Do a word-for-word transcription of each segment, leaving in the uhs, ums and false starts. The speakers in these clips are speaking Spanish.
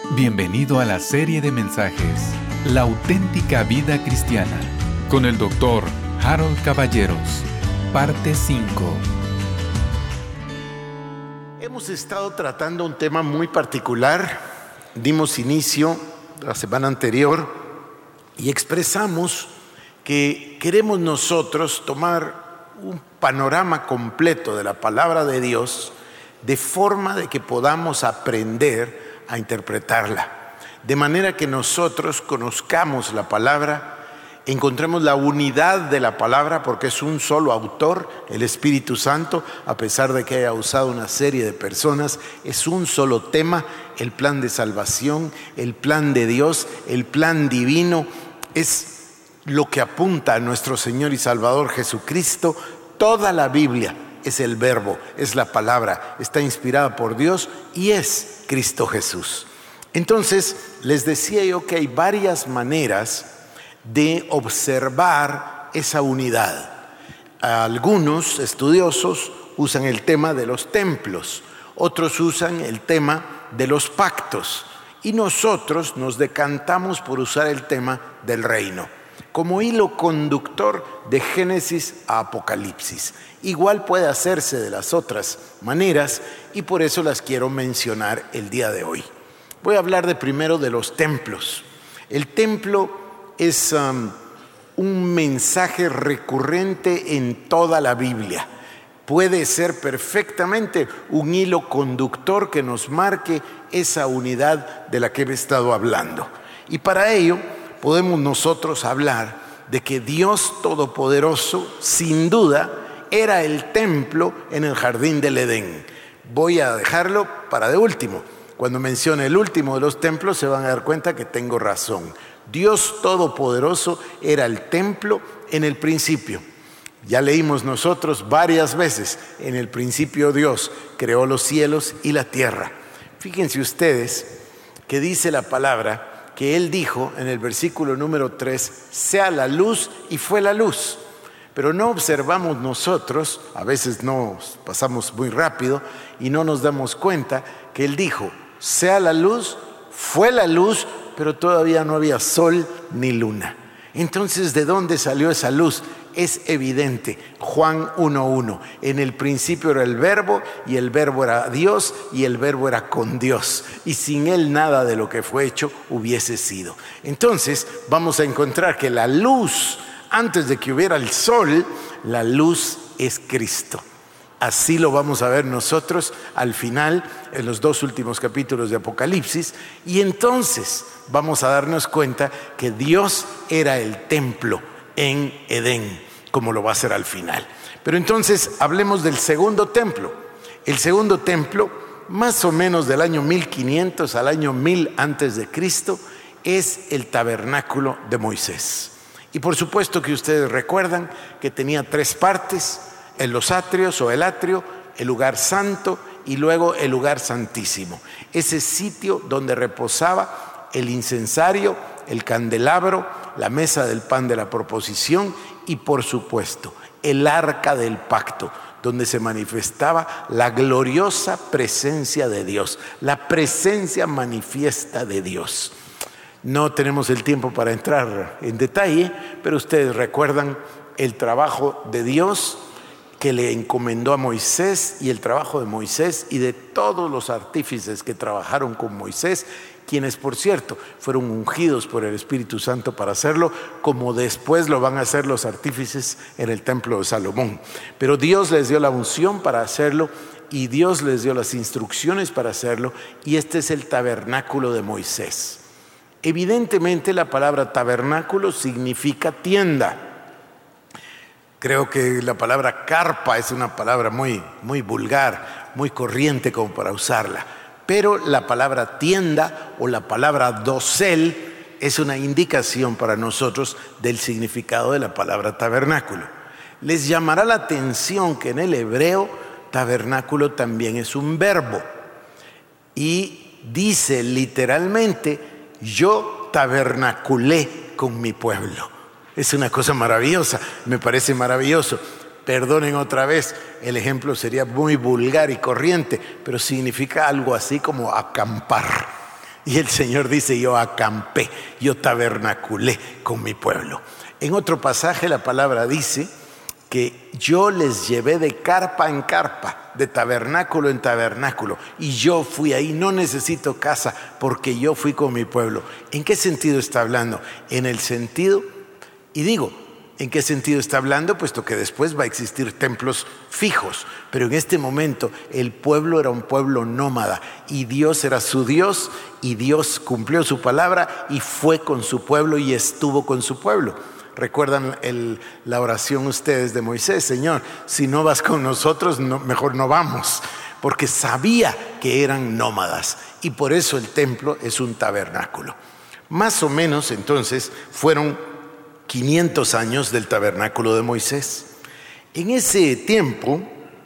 Bienvenido a la serie de mensajes La auténtica vida cristiana con el doctor Harold Caballeros, parte cinco. Hemos estado tratando un tema muy particular. Dimos inicio la semana anterior y expresamos que queremos nosotros tomar un panorama completo de la palabra de Dios de forma de que podamos aprender a interpretarla, de manera que nosotros conozcamos la palabra, encontremos la unidad de la palabra, porque es un solo autor, el Espíritu Santo, a pesar de que haya usado una serie de personas, es un solo tema, el plan de salvación, el plan de Dios, el plan divino, es lo que apunta a nuestro Señor y Salvador Jesucristo. Toda la Biblia es el verbo, es la palabra, está inspirada por Dios y es Cristo Jesús. Entonces, les decía yo que hay varias maneras de observar esa unidad. Algunos estudiosos usan el tema de los templos, otros usan el tema de los pactos, y nosotros nos decantamos por usar el tema del reino, como hilo conductor de Génesis a Apocalipsis. Igual puede hacerse de las otras maneras y por eso las quiero mencionar el día de hoy. Voy a hablar de primero de los templos. El templo es um, un mensaje recurrente en toda la Biblia. Puede ser perfectamente un hilo conductor que nos marque esa unidad de la que he estado hablando. Y para ello podemos nosotros hablar de que Dios Todopoderoso, sin duda, era el templo en el jardín del Edén. Voy a dejarlo para de último. Cuando mencione el último de los templos se van a dar cuenta que tengo razón. Dios Todopoderoso era el templo en el principio. Ya leímos nosotros varias veces, en el principio Dios creó los cielos y la tierra. Fíjense ustedes que dice la palabra que Él dijo en el versículo número tres, sea la luz, y fue la luz. Pero no observamos nosotros, a veces nos pasamos muy rápido y no nos damos cuenta que Él dijo, sea la luz, fue la luz, pero todavía no había sol ni luna. Entonces, ¿de dónde salió esa luz? Es evidente, Juan uno uno, en el principio era el verbo y el verbo era Dios y el verbo era con Dios y sin Él nada de lo que fue hecho hubiese sido. Entonces vamos a encontrar que la luz, antes de que hubiera el sol, la luz es Cristo. Así lo vamos a ver nosotros al final, en los dos últimos capítulos de Apocalipsis, y entonces vamos a darnos cuenta que Dios era el templo en Edén, como lo va a hacer al final. Pero entonces hablemos del segundo templo. El segundo templo, más o menos del año mil quinientos al año mil antes de Cristo, es el tabernáculo de Moisés. Y por supuesto que ustedes recuerdan que tenía tres partes: en los atrios o el atrio, el lugar santo y luego el lugar santísimo. Ese sitio donde reposaba el incensario, el candelabro, la mesa del pan de la proposición y por supuesto el arca del pacto, donde se manifestaba la gloriosa presencia de Dios, la presencia manifiesta de Dios. No tenemos el tiempo para entrar en detalle, pero ustedes recuerdan el trabajo de Dios que le encomendó a Moisés y el trabajo de Moisés y de todos los artífices que trabajaron con Moisés, quienes por cierto fueron ungidos por el Espíritu Santo para hacerlo, como después lo van a hacer los artífices en el templo de Salomón. Pero Dios les dio la unción para hacerlo y Dios les dio las instrucciones para hacerlo, y este es el tabernáculo de Moisés. Evidentemente la palabra tabernáculo significa tienda. Creo que la palabra carpa es una palabra muy, muy vulgar, muy corriente como para usarla. Pero la palabra tienda o la palabra dosel es una indicación para nosotros del significado de la palabra tabernáculo. Les llamará la atención que en el hebreo tabernáculo también es un verbo. Y dice literalmente, yo tabernaculé con mi pueblo. Es una cosa maravillosa, me parece maravilloso. Perdonen otra vez, el ejemplo sería muy vulgar y corriente, pero significa algo así como acampar. Y el Señor dice, yo acampé, yo tabernaculé con mi pueblo. En otro pasaje la palabra dice que yo les llevé de carpa en carpa, de tabernáculo en tabernáculo, y yo fui ahí, no necesito casa porque yo fui con mi pueblo. ¿En qué sentido está hablando? En el sentido, y digo, ¿en qué sentido está hablando? Puesto que después va a existir templos fijos, pero en este momento el pueblo era un pueblo nómada y Dios era su Dios y Dios cumplió su palabra y fue con su pueblo y estuvo con su pueblo. ¿Recuerdan el, la oración ustedes de Moisés? Señor, si no vas con nosotros, no, mejor no vamos, porque sabía que eran nómadas y por eso el templo es un tabernáculo. Más o menos entonces fueron quinientos años del tabernáculo de Moisés. En ese tiempo,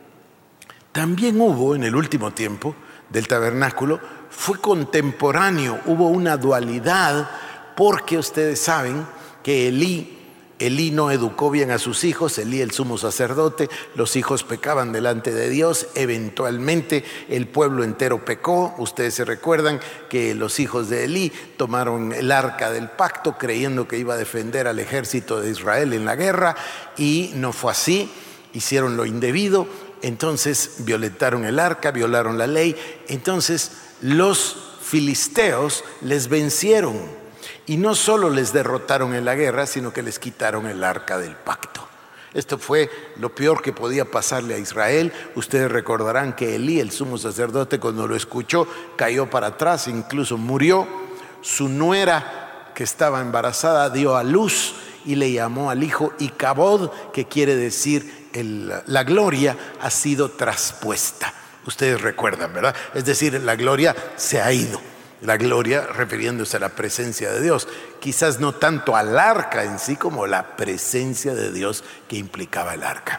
también hubo, en el último tiempo del tabernáculo, fue contemporáneo, hubo una dualidad, porque ustedes saben que Elí, Elí no educó bien a sus hijos, Elí el sumo sacerdote, los hijos pecaban delante de Dios, eventualmente el pueblo entero pecó. Ustedes se recuerdan que los hijos de Elí tomaron el arca del pacto creyendo que iba a defender al ejército de Israel en la guerra y no fue así, hicieron lo indebido, entonces violentaron el arca, violaron la ley, entonces los filisteos les vencieron. Y no solo les derrotaron en la guerra, sino que les quitaron el arca del pacto. Esto fue lo peor que podía pasarle a Israel. Ustedes recordarán que Elí, el sumo sacerdote, cuando lo escuchó, cayó para atrás, incluso murió. Su nuera, que estaba embarazada, dio a luz y le llamó al hijo Icabod, que quiere decir el, la gloria ha sido traspuesta. Ustedes recuerdan, ¿verdad? Es decir, la gloria se ha ido. La gloria refiriéndose a la presencia de Dios, quizás no tanto al arca en sí como la presencia de Dios que implicaba el arca.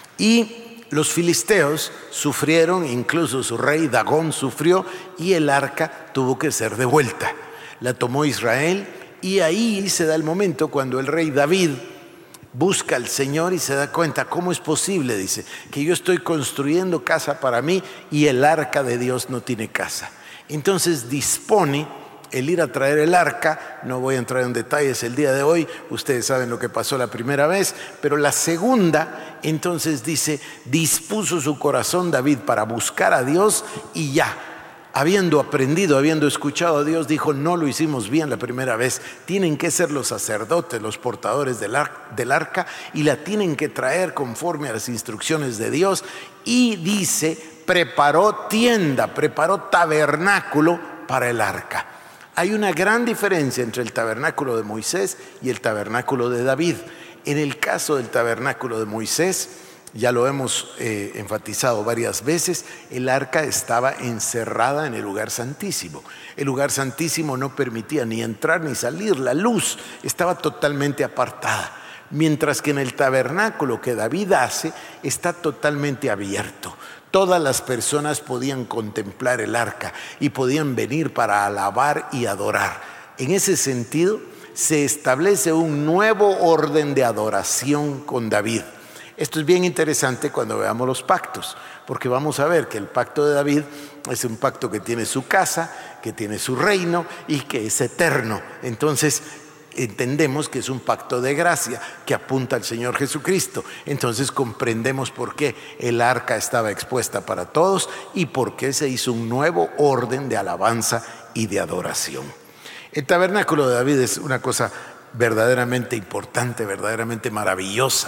Y los filisteos sufrieron, incluso su rey Dagón sufrió y el arca tuvo que ser devuelta. La tomó Israel y ahí se da el momento cuando el rey David busca al Señor y se da cuenta, ¿cómo es posible? Dice, que yo estoy construyendo casa para mí y el arca de Dios no tiene casa. Entonces dispone el ir a traer el arca. No voy a entrar en detalles el día de hoy, ustedes saben lo que pasó la primera vez, pero la segunda, entonces dice, dispuso su corazón David para buscar a Dios y ya, habiendo aprendido, habiendo escuchado a Dios, dijo, no lo hicimos bien la primera vez, tienen que ser los sacerdotes, los portadores del, ar- del arca y la tienen que traer conforme a las instrucciones de Dios. Y dice, preparó tienda, preparó tabernáculo para el arca. Hay una gran diferencia entre el tabernáculo de Moisés y el tabernáculo de David. En el caso del tabernáculo de Moisés, ya lo hemos eh, enfatizado varias veces, el arca estaba encerrada en el lugar santísimo. El lugar santísimo no permitía ni entrar ni salir, la luz estaba totalmente apartada. Mientras que en el tabernáculo que David hace, está totalmente abierto. Todas las personas podían contemplar el arca y podían venir para alabar y adorar. En ese sentido, se establece un nuevo orden de adoración con David. Esto es bien interesante cuando veamos los pactos, porque vamos a ver que el pacto de David es un pacto que tiene su casa, que tiene su reino y que es eterno. Entonces, entendemos que es un pacto de gracia que apunta al Señor Jesucristo. Entonces comprendemos por qué el arca estaba expuesta para todos y por qué se hizo un nuevo orden de alabanza y de adoración. El tabernáculo de David es una cosa verdaderamente importante, verdaderamente maravillosa,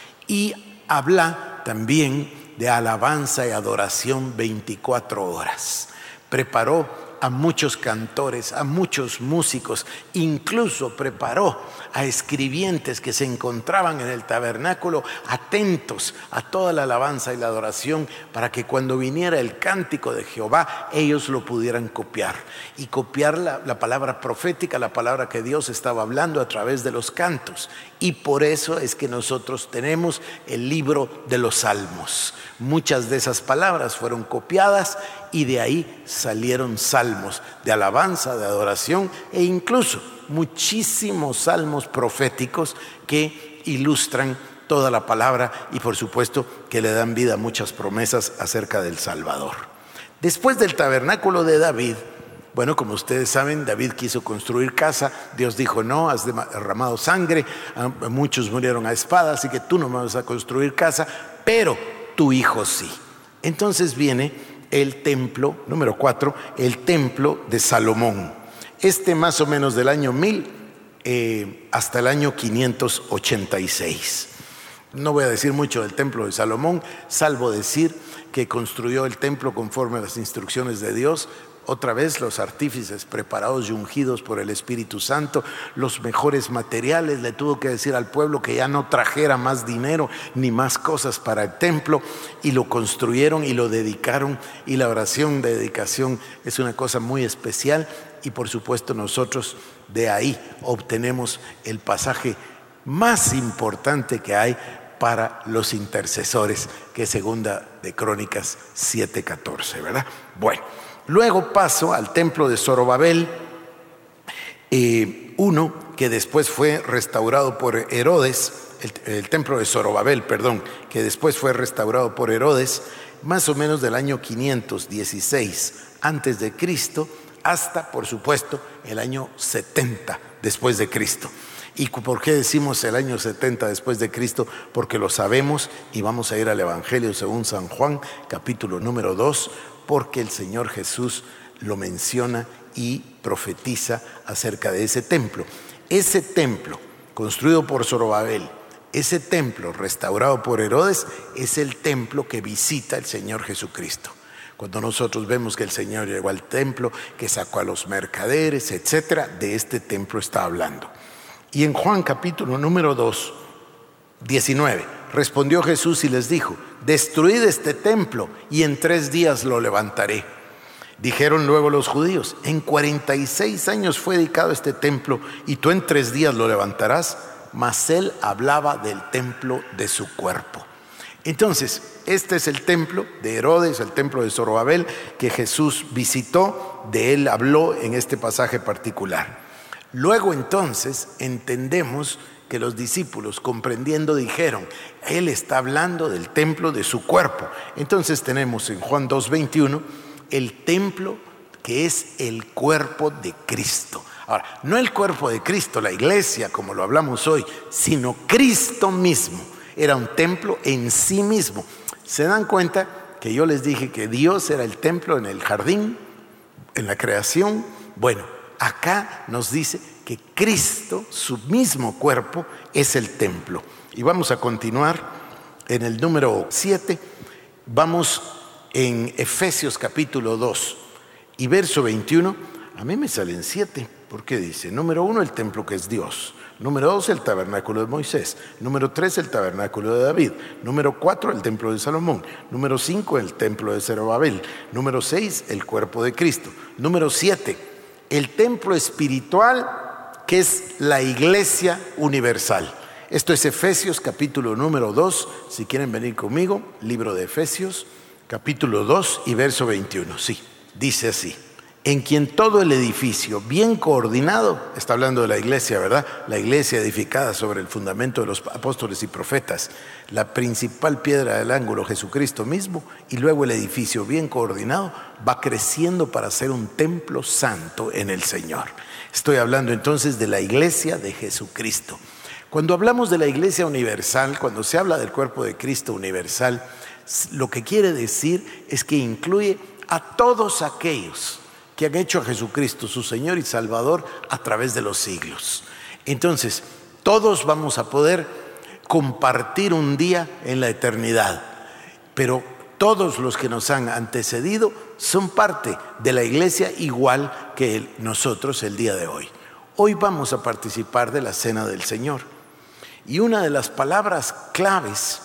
y habla también de alabanza y adoración veinticuatro horas. Preparó a muchos cantores, a muchos músicos, incluso preparó a escribientes que se encontraban en el tabernáculo atentos a toda la alabanza y la adoración para que cuando viniera el cántico de Jehová ellos lo pudieran copiar y copiar la, la palabra profética, la palabra que Dios estaba hablando a través de los cantos. Y por eso es que nosotros tenemos el libro de los Salmos. Muchas de esas palabras fueron copiadas y de ahí salieron salmos de alabanza, de adoración e incluso muchísimos salmos proféticos que ilustran toda la palabra y por supuesto que le dan vida a muchas promesas acerca del Salvador. Después del tabernáculo de David Bueno, como ustedes saben, David quiso construir casa, Dios dijo, no, has derramado sangre, muchos murieron a espada, así que tú no me vas a construir casa, pero tu hijo sí. Entonces viene el templo, número cuatro, el templo de Salomón. Este más o menos del año mil eh, hasta el año quinientos ochenta y seis. No voy a decir mucho del templo de Salomón, salvo decir que construyó el templo conforme a las instrucciones de Dios. Otra vez los artífices preparados y ungidos por el Espíritu Santo, los mejores materiales, le tuvo que decir al pueblo que ya no trajera más dinero ni más cosas para el templo, y lo construyeron y lo dedicaron, y la oración de dedicación es una cosa muy especial, y por supuesto nosotros de ahí obtenemos el pasaje más importante que hay para los intercesores, que es segunda de Crónicas siete catorce, ¿verdad? Bueno. Luego paso al templo de Zorobabel, eh, uno que después fue restaurado por Herodes, el, el templo de Zorobabel, perdón, que después fue restaurado por Herodes, más o menos del año quinientos dieciséis antes de Cristo, hasta, por supuesto, el año setenta después de Cristo. ¿Y por qué decimos el año setenta después de Cristo? Porque lo sabemos, y vamos a ir al Evangelio según San Juan, capítulo número dos, porque el Señor Jesús lo menciona y profetiza acerca de ese templo. Ese templo construido por Zorobabel, ese templo restaurado por Herodes, es el templo que visita el Señor Jesucristo. Cuando nosotros vemos que el Señor llegó al templo, que sacó a los mercaderes, etcétera, de este templo está hablando. Y en Juan capítulo número dos, diecinueve, respondió Jesús y les dijo: destruid este templo y en tres días lo levantaré. Dijeron luego los judíos: en cuarenta y seis años fue dedicado este templo y tú en tres días lo levantarás. Mas él hablaba del templo de su cuerpo. Entonces, este es el templo de Herodes, el templo de Zorobabel, que Jesús visitó, de él habló en este pasaje particular. Luego entonces entendemos que los discípulos, comprendiendo, dijeron: él está hablando del templo de su cuerpo. Entonces tenemos en Juan dos veintiuno el templo que es el cuerpo de Cristo. Ahora, no el cuerpo de Cristo, la iglesia como lo hablamos hoy, sino Cristo mismo. Era un templo en sí mismo. ¿Se dan cuenta que yo les dije que Dios era el templo en el jardín, en la creación? Bueno, acá nos dice que Cristo, su mismo cuerpo, es el templo. Y vamos a continuar en el número siete. Vamos en Efesios capítulo dos y verso veintiuno. A mí me salen siete, porque dice: número uno, el templo que es Dios. Número dos, el tabernáculo de Moisés. Número tres, el tabernáculo de David. Número cuatro, el templo de Salomón. Número cinco, el templo de Zorobabel. Número seis, el cuerpo de Cristo. Número siete, el templo espiritual, que es la iglesia universal. Esto es Efesios capítulo número dos. Si quieren venir conmigo, libro de Efesios capítulo dos y verso veintiuno. Sí, dice así: en quien todo el edificio bien coordinado, está hablando de la iglesia, ¿verdad? La iglesia edificada sobre el fundamento de los apóstoles y profetas, la principal piedra del ángulo, Jesucristo mismo, y luego el edificio bien coordinado va creciendo para ser un templo santo en el Señor. Estoy hablando entonces de la iglesia de Jesucristo. Cuando hablamos de la iglesia universal, cuando se habla del cuerpo de Cristo universal, lo que quiere decir es que incluye a todos aquellos que han hecho a Jesucristo su Señor y Salvador a través de los siglos. Entonces, todos vamos a poder compartir un día en la eternidad, pero todos los que nos han antecedido son parte de la iglesia igual que nosotros el día de hoy. Hoy vamos a participar de la Cena del Señor, y una de las palabras claves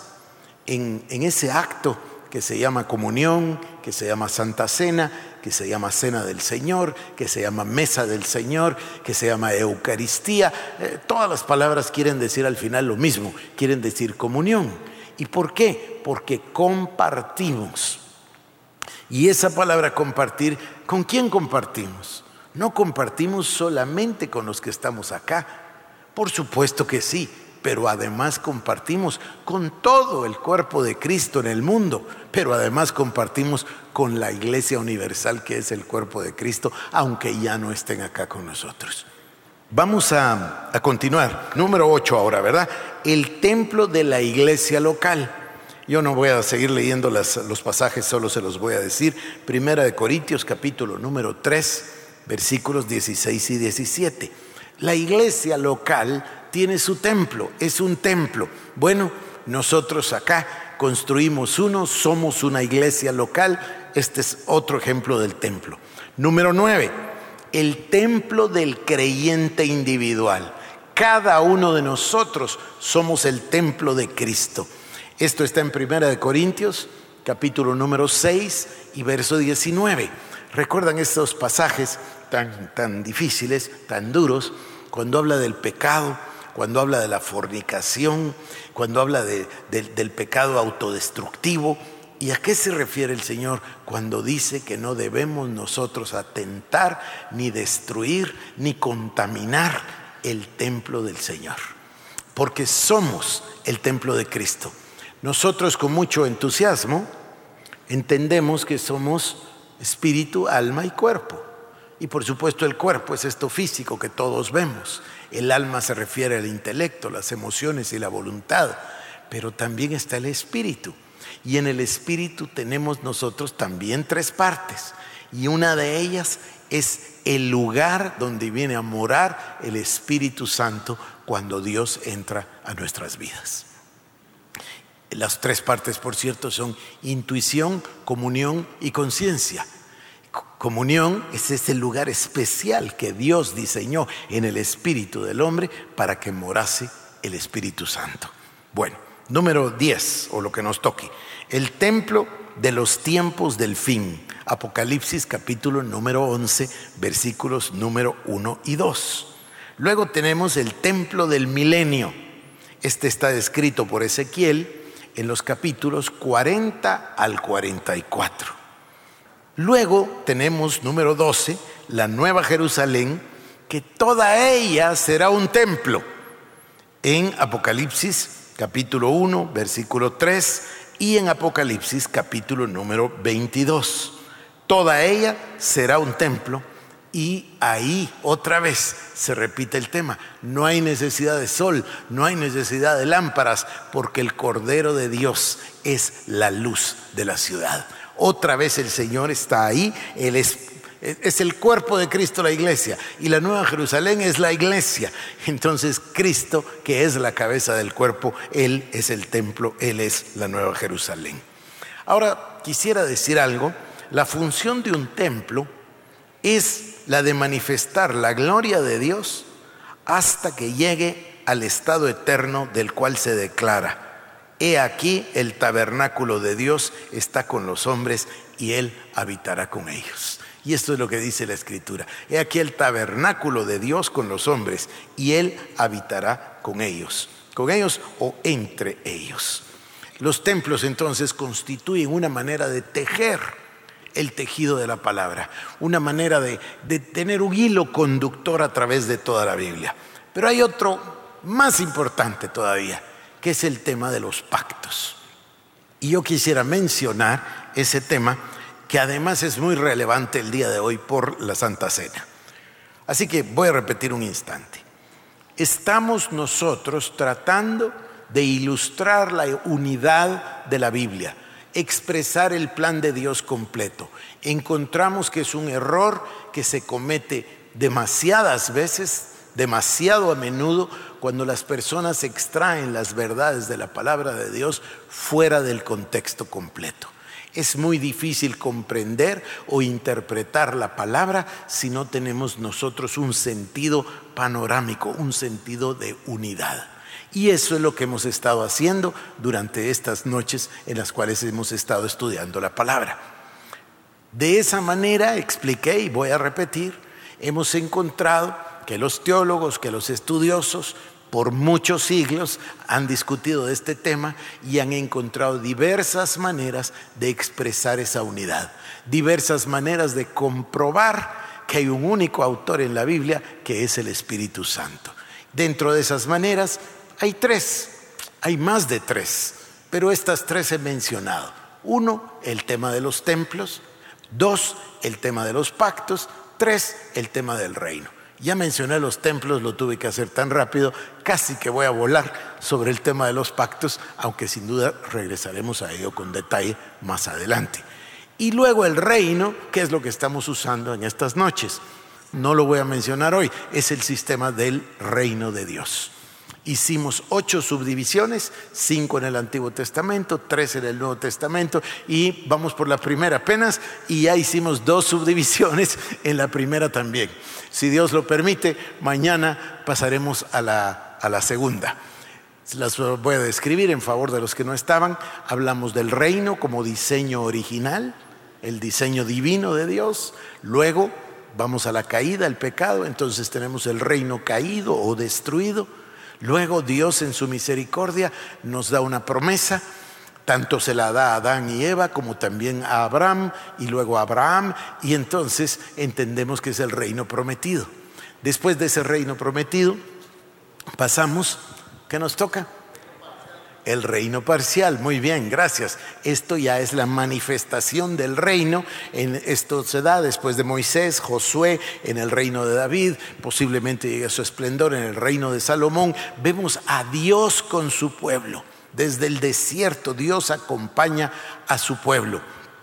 en, en ese acto que se llama comunión, que se llama Santa Cena, que se llama Cena del Señor, que se llama Mesa del Señor, que se llama Eucaristía. Eh, todas las palabras quieren decir al final lo mismo, quieren decir comunión. ¿Y por qué? Porque compartimos. Y esa palabra compartir, ¿con quién compartimos? No compartimos solamente con los que estamos acá. Por supuesto que sí, pero además compartimos con todo el cuerpo de Cristo en el mundo, pero además compartimos con la Iglesia Universal, que es el cuerpo de Cristo, aunque ya no estén acá con nosotros. Vamos a, a continuar. Número ocho ahora, ¿verdad? El templo de la iglesia local. Yo no voy a seguir leyendo las, los pasajes, solo se los voy a decir. Primera de Corintios, capítulo número tres, versículos dieciséis y diecisiete. La iglesia local tiene su templo, es un templo. Bueno, nosotros acá construimos uno, somos una iglesia local. Este es otro ejemplo del templo. Número nueve. El templo del creyente individual. Cada uno de nosotros somos el templo de Cristo. Esto está en Primera de Corintios, capítulo número seis y verso diecinueve. ¿Recuerdan estos pasajes tan, tan difíciles, tan duros? Cuando habla del pecado, cuando habla de la fornicación, cuando habla de, de, del pecado autodestructivo. ¿Y a qué se refiere el Señor cuando dice que no debemos nosotros atentar, ni destruir, ni contaminar el templo del Señor? Porque somos el templo de Cristo. Nosotros con mucho entusiasmo entendemos que somos espíritu, alma y cuerpo. Y por supuesto el cuerpo es esto físico que todos vemos. El alma se refiere al intelecto, las emociones y la voluntad. Pero también está el espíritu. Y en el espíritu tenemos nosotros también tres partes. Y una de ellas es el lugar donde viene a morar el Espíritu Santo cuando Dios entra a nuestras vidas. Las tres partes, por cierto, son intuición, comunión y conciencia. Comunión es ese lugar especial que Dios diseñó en el espíritu del hombre para que morase el Espíritu Santo. Bueno, número diez, o lo que nos toque. El templo de los tiempos del fin. Apocalipsis capítulo número once, versículos número uno y dos. Luego tenemos el templo del milenio. Este está descrito por Ezequiel en los capítulos cuarenta al cuarenta y cuatro. Luego tenemos número doce, la Nueva Jerusalén, que toda ella será un templo. En Apocalipsis capítulo uno, versículo tres, y en Apocalipsis capítulo número veintidós. Toda ella será un templo y ahí otra vez se repite el tema. No hay necesidad de sol, no hay necesidad de lámparas, porque el Cordero de Dios es la luz de la ciudad. Otra vez el Señor está ahí, Él es Es el cuerpo de Cristo, la iglesia, y la Nueva Jerusalén es la iglesia. Entonces Cristo, que es la cabeza del cuerpo, Él es el templo, Él es la Nueva Jerusalén. Ahora quisiera decir algo. La función de un templo es la de manifestar la gloria de Dios hasta que llegue al estado eterno del cual se declara: he aquí el tabernáculo de Dios está con los hombres y Él habitará con ellos. Y esto es lo que dice la Escritura: he aquí el tabernáculo de Dios con los hombres y Él habitará con ellos. Con ellos o entre ellos. Los templos entonces constituyen una manera de tejer el tejido de la palabra, una manera de, de tener un hilo conductor a través de toda la Biblia. Pero hay otro más importante todavía, que es el tema de los pactos. Y yo quisiera mencionar ese tema, que además es muy relevante el día de hoy por la Santa Cena. Así que voy a repetir un instante. Estamos nosotros tratando de ilustrar la unidad de la Biblia, expresar el plan de Dios completo. Encontramos que es un error que se comete demasiadas veces, demasiado a menudo, cuando las personas extraen las verdades de la palabra de Dios fuera del contexto completo. Es muy difícil comprender o interpretar la palabra si no tenemos nosotros un sentido panorámico, un sentido de unidad. Y eso es lo que hemos estado haciendo durante estas noches en las cuales hemos estado estudiando la palabra. De esa manera, expliqué y voy a repetir, hemos encontrado que los teólogos, que los estudiosos, por muchos siglos han discutido de este tema y han encontrado diversas maneras de expresar esa unidad, diversas maneras de comprobar que hay un único autor en la Biblia, que es el Espíritu Santo. Dentro de esas maneras Hay tres, hay más de tres, pero estas tres he mencionado. Uno, el tema de los templos. Dos, el tema de los pactos. Tres, el tema del reino. Ya mencioné los templos, lo tuve que hacer tan rápido, casi que voy a volar sobre el tema de los pactos, aunque sin duda regresaremos a ello con detalle más adelante. Y luego el reino, que es lo que estamos usando en estas noches. No lo voy a mencionar hoy, es el sistema del reino de Dios. Hicimos ocho subdivisiones, cinco en el Antiguo Testamento, tres en el Nuevo Testamento, y vamos por la primera apenas, y ya hicimos dos subdivisiones en la primera también. Si Dios lo permite, mañana pasaremos a la, a la segunda. Las voy a describir en favor de los que no estaban. Hablamos del reino como diseño original, el diseño divino de Dios. Luego vamos a la caída, el pecado, entonces tenemos el reino caído o destruido. Luego Dios en su misericordia nos da una promesa, tanto se la da a Adán y Eva como también a Abraham y luego a Abraham, y entonces entendemos que es el reino prometido. Después de ese reino prometido pasamos, ¿qué nos toca? El reino parcial. Muy bien, gracias. Esto ya es la manifestación del reino. Esto se da después de Moisés, Josué, en el reino de David, posiblemente llegue a su esplendor en el reino de Salomón. Vemos a Dios con su pueblo. Desde el desierto Dios acompaña a su pueblo.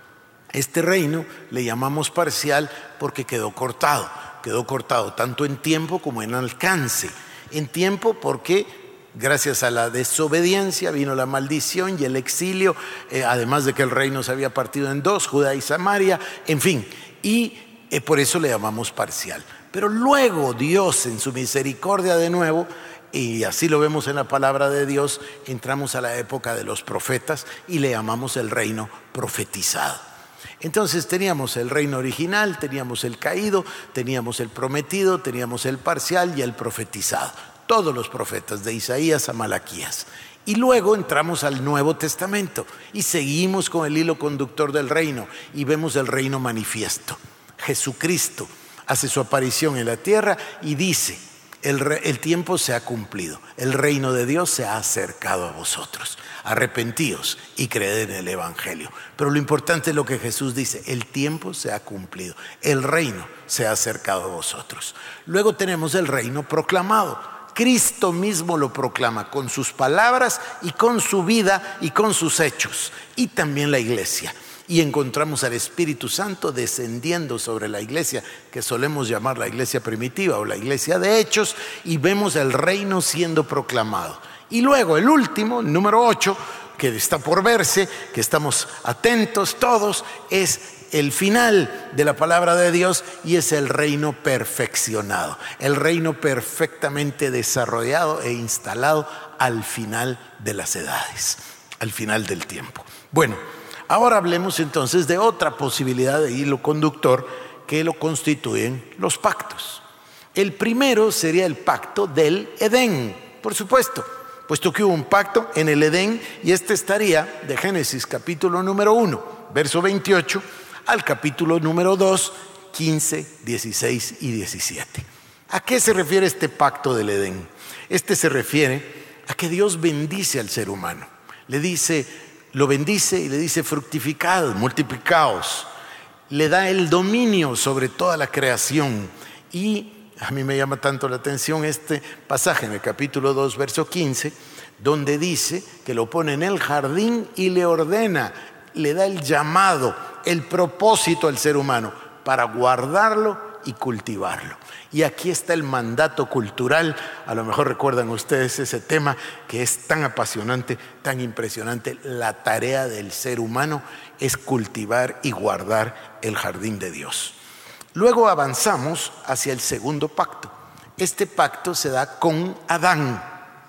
Este reino le llamamos parcial porque quedó cortado. Quedó cortado tanto en tiempo como en alcance. En tiempo porque gracias a la desobediencia vino la maldición y el exilio, eh, además de que el reino se había partido en dos, Judá y Samaria, en fin, y eh, por eso le llamamos parcial. Pero luego Dios en su misericordia de nuevo, y así lo vemos en la palabra de Dios, entramos a la época de los profetas y le llamamos el reino profetizado. Entonces teníamos el reino original, teníamos el caído, teníamos el prometido, teníamos el parcial y el profetizado. Todos los profetas, de Isaías a Malaquías. Y luego entramos al Nuevo Testamento y seguimos con el hilo conductor del reino y vemos el reino manifiesto. Jesucristo hace su aparición en la tierra y dice, el, re, el tiempo se ha cumplido, el reino de Dios se ha acercado a vosotros. Arrepentíos y creed en el Evangelio. Pero lo importante es lo que Jesús dice, el tiempo se ha cumplido, el reino se ha acercado a vosotros. Luego tenemos el reino proclamado. Cristo mismo lo proclama con sus palabras y con su vida y con sus hechos, y también la iglesia. Y encontramos al Espíritu Santo descendiendo sobre la iglesia, que solemos llamar la iglesia primitiva o la iglesia de hechos, y vemos el reino siendo proclamado. Y luego el último, número ocho, que está por verse, que estamos atentos todos, es el final de la palabra de Dios y es el reino perfeccionado, el reino perfectamente desarrollado e instalado al final de las edades, al final del tiempo. Bueno, ahora hablemos entonces de otra posibilidad de hilo conductor que lo constituyen los pactos. El primero sería el pacto del Edén, por supuesto, puesto que hubo un pacto en el Edén, y este estaría de Génesis capítulo número uno, verso veintiocho, al capítulo número dos, quince, dieciséis y diecisiete. ¿A qué se refiere este pacto del Edén? Este se refiere a que Dios bendice al ser humano. Le dice, lo bendice y le dice fructificad, multiplicaos. Le da el dominio sobre toda la creación. Y a mí me llama tanto la atención este pasaje en el capítulo dos, verso quince, donde dice que lo pone en el jardín y le ordena, le da el llamado, el propósito al ser humano para guardarlo y cultivarlo. Y aquí está el mandato cultural. A lo mejor recuerdan ustedes ese tema que es tan apasionante, tan impresionante. La tarea del ser humano es cultivar y guardar el jardín de Dios. Luego avanzamos hacia el segundo pacto. Este pacto se da con Adán.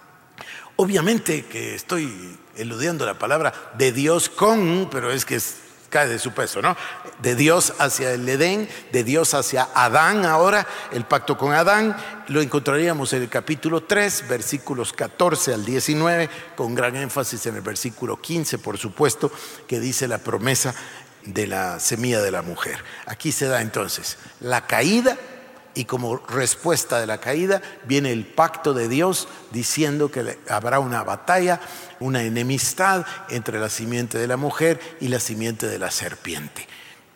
Obviamente que estoy eludiendo la palabra de Dios con, pero es que es, cae de su peso, ¿no? De Dios hacia el Edén, de Dios hacia Adán. Ahora el pacto con Adán lo encontraríamos en el capítulo tres, versículos catorce al diecinueve, con gran énfasis en el versículo quince, por supuesto, que dice la promesa de la semilla de la mujer. Aquí se da entonces la caída y como respuesta de la caída viene el pacto de Dios diciendo que habrá una batalla, una enemistad entre la simiente de la mujer y la simiente de la serpiente.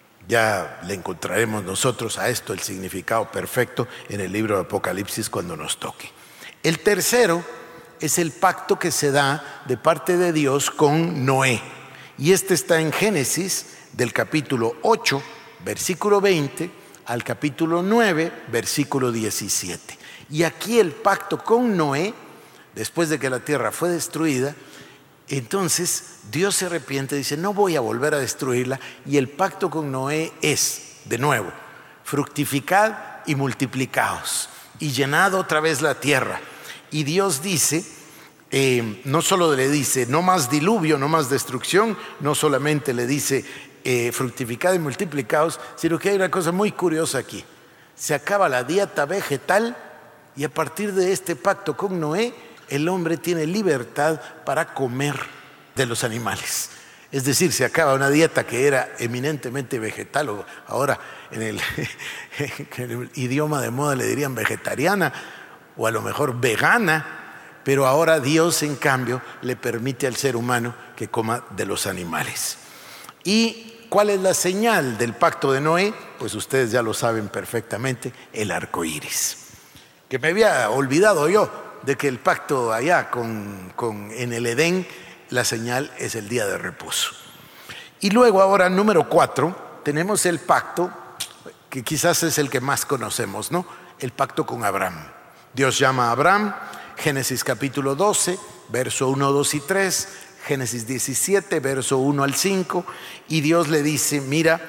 Ya le encontraremos nosotros a esto el significado perfecto en el libro de Apocalipsis cuando nos toque. El tercero es el pacto que se da de parte de Dios con Noé. Y este está en Génesis del capítulo ocho, versículo veinte, al capítulo nueve, versículo diecisiete. Y aquí el pacto con Noé, después de que la tierra fue destruida, entonces Dios se arrepiente y dice, no voy a volver a destruirla. Y el pacto con Noé es, de nuevo, fructificad y multiplicaos, y llenad otra vez la tierra. Y Dios dice, eh, no solo le dice, no más diluvio, no más destrucción, no solamente le dice, eh, fructificad y multiplicaos, sino que hay una cosa muy curiosa aquí. Se acaba la dieta vegetal y a partir de este pacto con Noé, el hombre tiene libertad para comer de los animales. Es decir, se acaba una dieta que era eminentemente vegetal, o ahora en el, en el idioma de moda le dirían vegetariana, o a lo mejor vegana, pero ahora Dios en cambio le permite al ser humano que coma de los animales. ¿Y cuál es la señal del pacto de Noé? Pues ustedes ya lo saben perfectamente, el arco iris. Que me había olvidado yo de que el pacto allá con, con, en el Edén, la señal es el día de reposo. Y luego ahora, número cuatro, tenemos el pacto que quizás es el que más conocemos, ¿no? El pacto con Abraham. Dios llama a Abraham, Génesis capítulo doce, verso uno, dos y tres, Génesis diecisiete, verso uno al cinco, y Dios le dice, mira,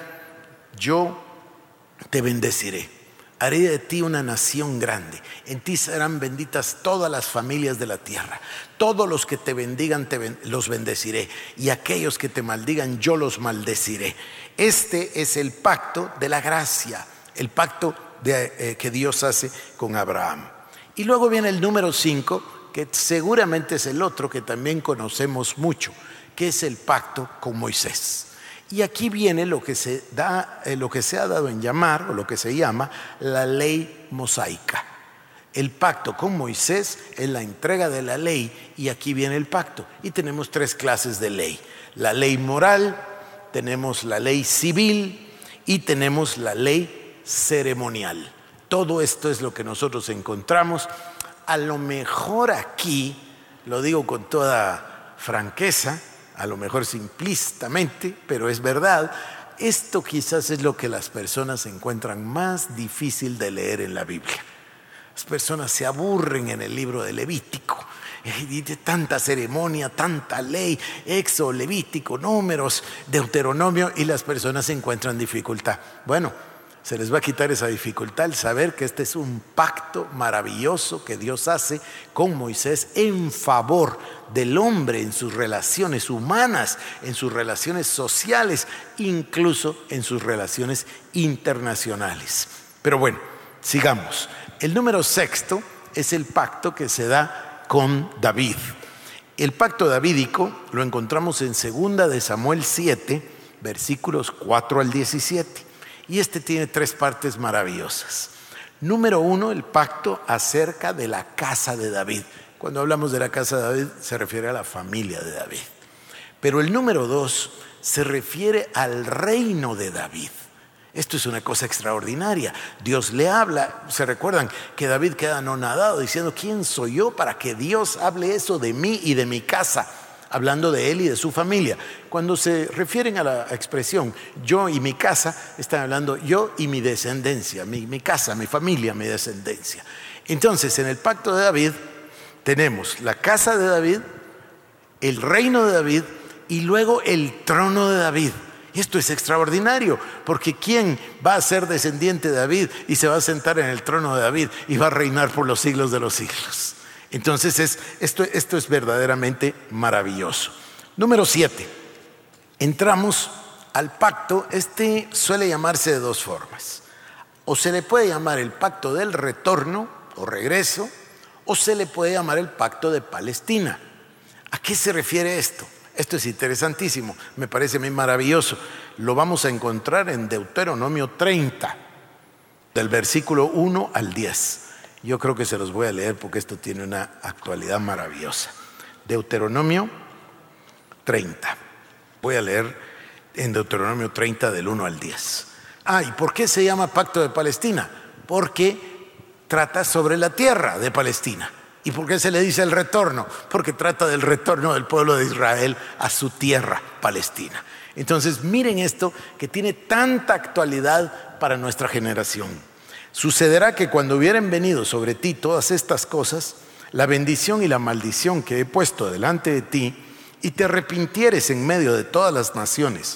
yo te bendeciré, haré de ti una nación grande, en ti serán benditas todas las familias de la tierra, todos los que te bendigan te ben- los bendeciré, y aquellos que te maldigan yo los maldeciré. Este es el pacto de la gracia, el pacto de, eh, que Dios hace con Abraham. Y luego viene el número cinco, que seguramente es el otro que también conocemos mucho, que es el pacto con Moisés. Y aquí viene lo que se da, eh, lo que se ha dado en llamar, o lo que se llama la ley mosaica. El pacto con Moisés es la entrega de la ley, y aquí viene el pacto. Y tenemos tres clases de ley: la ley moral, tenemos la ley civil y tenemos la ley ceremonial. Todo esto es lo que nosotros encontramos. A lo mejor aquí, lo digo con toda franqueza, a lo mejor simplistamente, pero es verdad, esto quizás es lo que las personas encuentran más difícil de leer en la Biblia. Las personas se aburren en el libro de Levítico, y de tanta ceremonia, tanta ley, Éxodo, Levítico, Números, Deuteronomio, y las personas encuentran dificultad. Bueno, se les va a quitar esa dificultad al saber que este es un pacto maravilloso que Dios hace con Moisés en favor del hombre en sus relaciones humanas, en sus relaciones sociales, incluso en sus relaciones internacionales. Pero bueno, sigamos. El número sexto es el pacto que se da con David. El pacto davídico lo encontramos en segunda de Samuel siete, versículos cuatro al diecisiete. Y este tiene tres partes maravillosas. Número uno, el pacto acerca de la casa de David. Cuando hablamos de la casa de David, se refiere a la familia de David. Pero el número dos se refiere al reino de David. Esto es una cosa extraordinaria. Dios le habla. ¿Se recuerdan que David queda anonadado diciendo, ¿quién soy yo para que Dios hable eso de mí y de mi casa? Hablando de él y de su familia. Cuando se refieren a la expresión yo y mi casa, están hablando yo y mi descendencia, mi, mi casa, mi familia, mi descendencia. Entonces, en el pacto de David tenemos la casa de David, el reino de David y luego el trono de David. Esto es extraordinario, porque ¿quién va a ser descendiente de David y se va a sentar en el trono de David y va a reinar por los siglos de los siglos? Entonces es, esto, esto es verdaderamente maravilloso. Número siete, entramos al pacto. Este suele llamarse de dos formas. O se le puede llamar el pacto del retorno o regreso, o se le puede llamar el pacto de Palestina. ¿A qué se refiere esto? Esto es interesantísimo, me parece a mí maravilloso. Lo vamos a encontrar en Deuteronomio treinta. del versículo uno al diez. Yo creo que se los voy a leer porque esto tiene una actualidad maravillosa. Deuteronomio treinta. Voy a leer en Deuteronomio treinta del uno al diez. Ah, ¿y por qué se llama Pacto de Palestina? Porque trata sobre la tierra de Palestina. ¿Y por qué se le dice el retorno? Porque trata del retorno del pueblo de Israel a su tierra, Palestina. Entonces, miren esto que tiene tanta actualidad para nuestra generación. Sucederá que cuando hubieren venido sobre ti todas estas cosas, la bendición y la maldición que he puesto delante de ti, y te arrepintieres en medio de todas las naciones,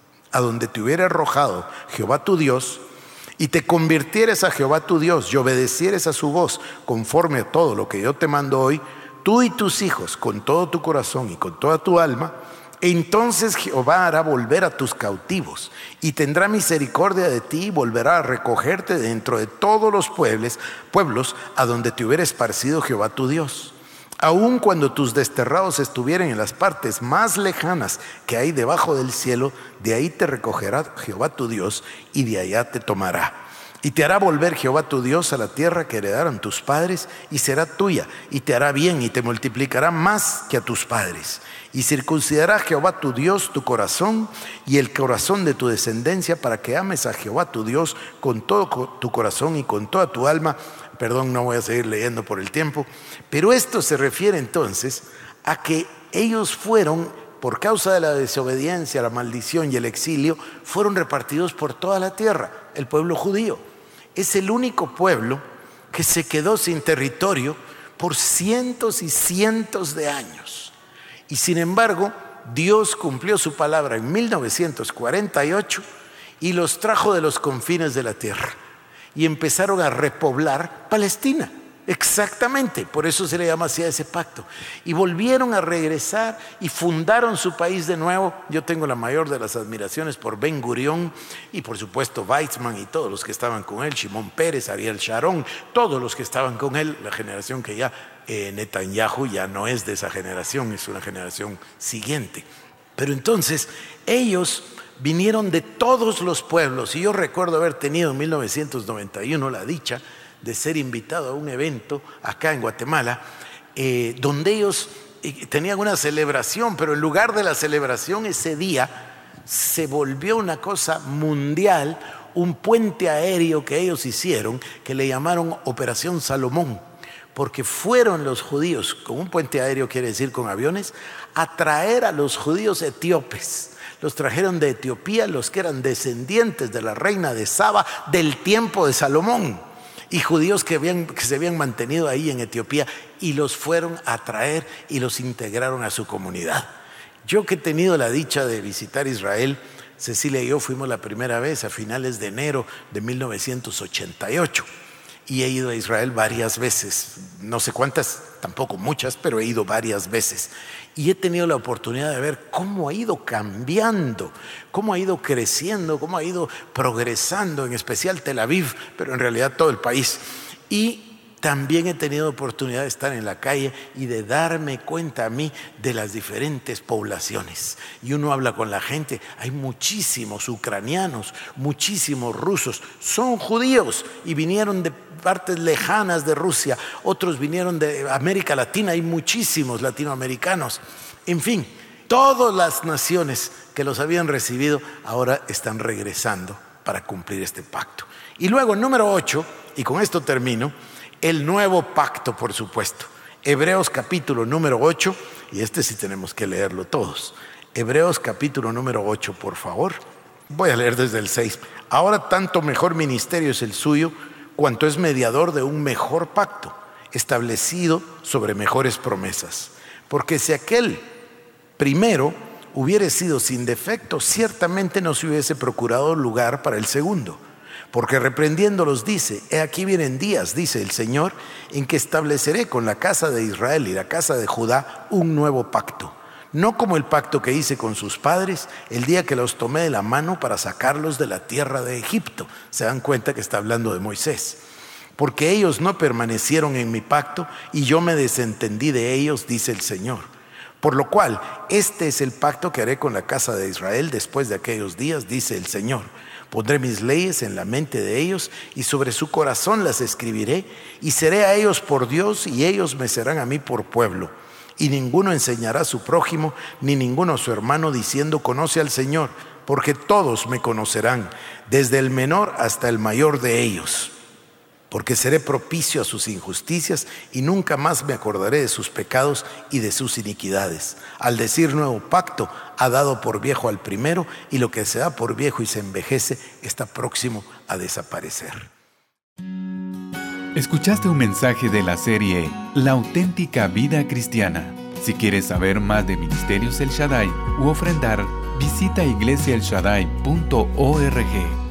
a donde te hubiera arrojado Jehová tu Dios, y te convirtieres a Jehová tu Dios y obedecieres a su voz conforme a todo lo que yo te mando hoy, tú y tus hijos con todo tu corazón y con toda tu alma, entonces Jehová hará volver a tus cautivos y tendrá misericordia de ti y volverá a recogerte dentro de todos los pueblos, pueblos a donde te hubiera esparcido Jehová tu Dios. Aun cuando tus desterrados estuvieran en las partes más lejanas que hay debajo del cielo, de ahí te recogerá Jehová tu Dios y de allá te tomará. Y te hará volver Jehová tu Dios a la tierra que heredaron tus padres, y será tuya, y te hará bien, y te multiplicará más que a tus padres. Y circuncidará Jehová tu Dios tu corazón y el corazón de tu descendencia, para que ames a Jehová tu Dios con todo tu corazón y con toda tu alma. Perdón, no voy a seguir leyendo por el tiempo. Pero esto se refiere entonces a que ellos fueron, por causa de la desobediencia, la maldición y el exilio, fueron repartidos por toda la tierra. El pueblo judío es el único pueblo que se quedó sin territorio por cientos y cientos de años. Y sin embargo, Dios cumplió su palabra en mil novecientos cuarenta y ocho y los trajo de los confines de la tierra. Y empezaron a repoblar Palestina. Exactamente, por eso se le llama así a ese pacto. Y volvieron a regresar y fundaron su país de nuevo. Yo tengo la mayor de las admiraciones por Ben Gurión y por supuesto Weizmann y todos los que estaban con él, Shimon Peres, Ariel Sharon, todos los que estaban con él, la generación que ya eh, Netanyahu ya no es de esa generación, es una generación siguiente. Pero entonces ellos vinieron de todos los pueblos, y yo recuerdo haber tenido en mil novecientos noventa y uno la dicha de ser invitado a un evento acá en Guatemala, eh, donde ellos eh, tenían una celebración, pero en lugar de la celebración ese día se volvió una cosa mundial, un puente aéreo que ellos hicieron, que le llamaron Operación Salomón, porque fueron los judíos, con un puente aéreo quiere decir con aviones, a traer a los judíos etíopes. Los trajeron de Etiopía, los que eran descendientes de la reina de Saba del tiempo de Salomón, y judíos que, habían, que se habían mantenido ahí en Etiopía, y los fueron a traer y los integraron a su comunidad. Yo que he tenido la dicha de visitar Israel, Cecilia y yo fuimos la primera vez a finales de enero de mil novecientos ochenta y ocho, y he ido a Israel varias veces, no sé cuántas, tampoco muchas, pero he ido varias veces. Y he tenido la oportunidad de ver cómo ha ido cambiando, cómo ha ido creciendo, cómo ha ido progresando, en especial Tel Aviv, pero en realidad todo el país. Y también he tenido oportunidad de estar en la calle y de darme cuenta a mí de las diferentes poblaciones. Y uno habla con la gente, hay muchísimos ucranianos, muchísimos rusos, son judíos y vinieron de partes lejanas de Rusia, otros vinieron de América Latina, hay muchísimos latinoamericanos. En fin, todas las naciones que los habían recibido ahora están regresando para cumplir este pacto. Y luego, número ocho, y con esto termino, el nuevo pacto, por supuesto. Hebreos capítulo número ocho, y este sí tenemos que leerlo todos. Hebreos capítulo número ocho, por favor. Voy a leer desde el seis. Ahora tanto mejor ministerio es el suyo, cuanto es mediador de un mejor pacto, establecido sobre mejores promesas. Porque si aquel primero hubiera sido sin defecto, ciertamente no se hubiese procurado lugar para el segundo. Porque reprendiéndolos dice, he aquí vienen días, dice el Señor, en que estableceré con la casa de Israel y la casa de Judá un nuevo pacto. No como el pacto que hice con sus padres el día que los tomé de la mano para sacarlos de la tierra de Egipto. Se dan cuenta que está hablando de Moisés. Porque ellos no permanecieron en mi pacto y yo me desentendí de ellos, dice el Señor. Por lo cual, este es el pacto que haré con la casa de Israel después de aquellos días, dice el Señor. Pondré mis leyes en la mente de ellos y sobre su corazón las escribiré, y seré a ellos por Dios y ellos me serán a mí por pueblo. Y ninguno enseñará a su prójimo ni ninguno a su hermano diciendo conoce al Señor, porque todos me conocerán, desde el menor hasta el mayor de ellos. Porque seré propicio a sus injusticias y nunca más me acordaré de sus pecados y de sus iniquidades. Al decir nuevo pacto, ha dado por viejo al primero, y lo que se da por viejo y se envejece está próximo a desaparecer. Escuchaste un mensaje de la serie La auténtica vida cristiana. Si quieres saber más de Ministerios El Shaddai u ofrendar, visita iglesia el shaddai punto org.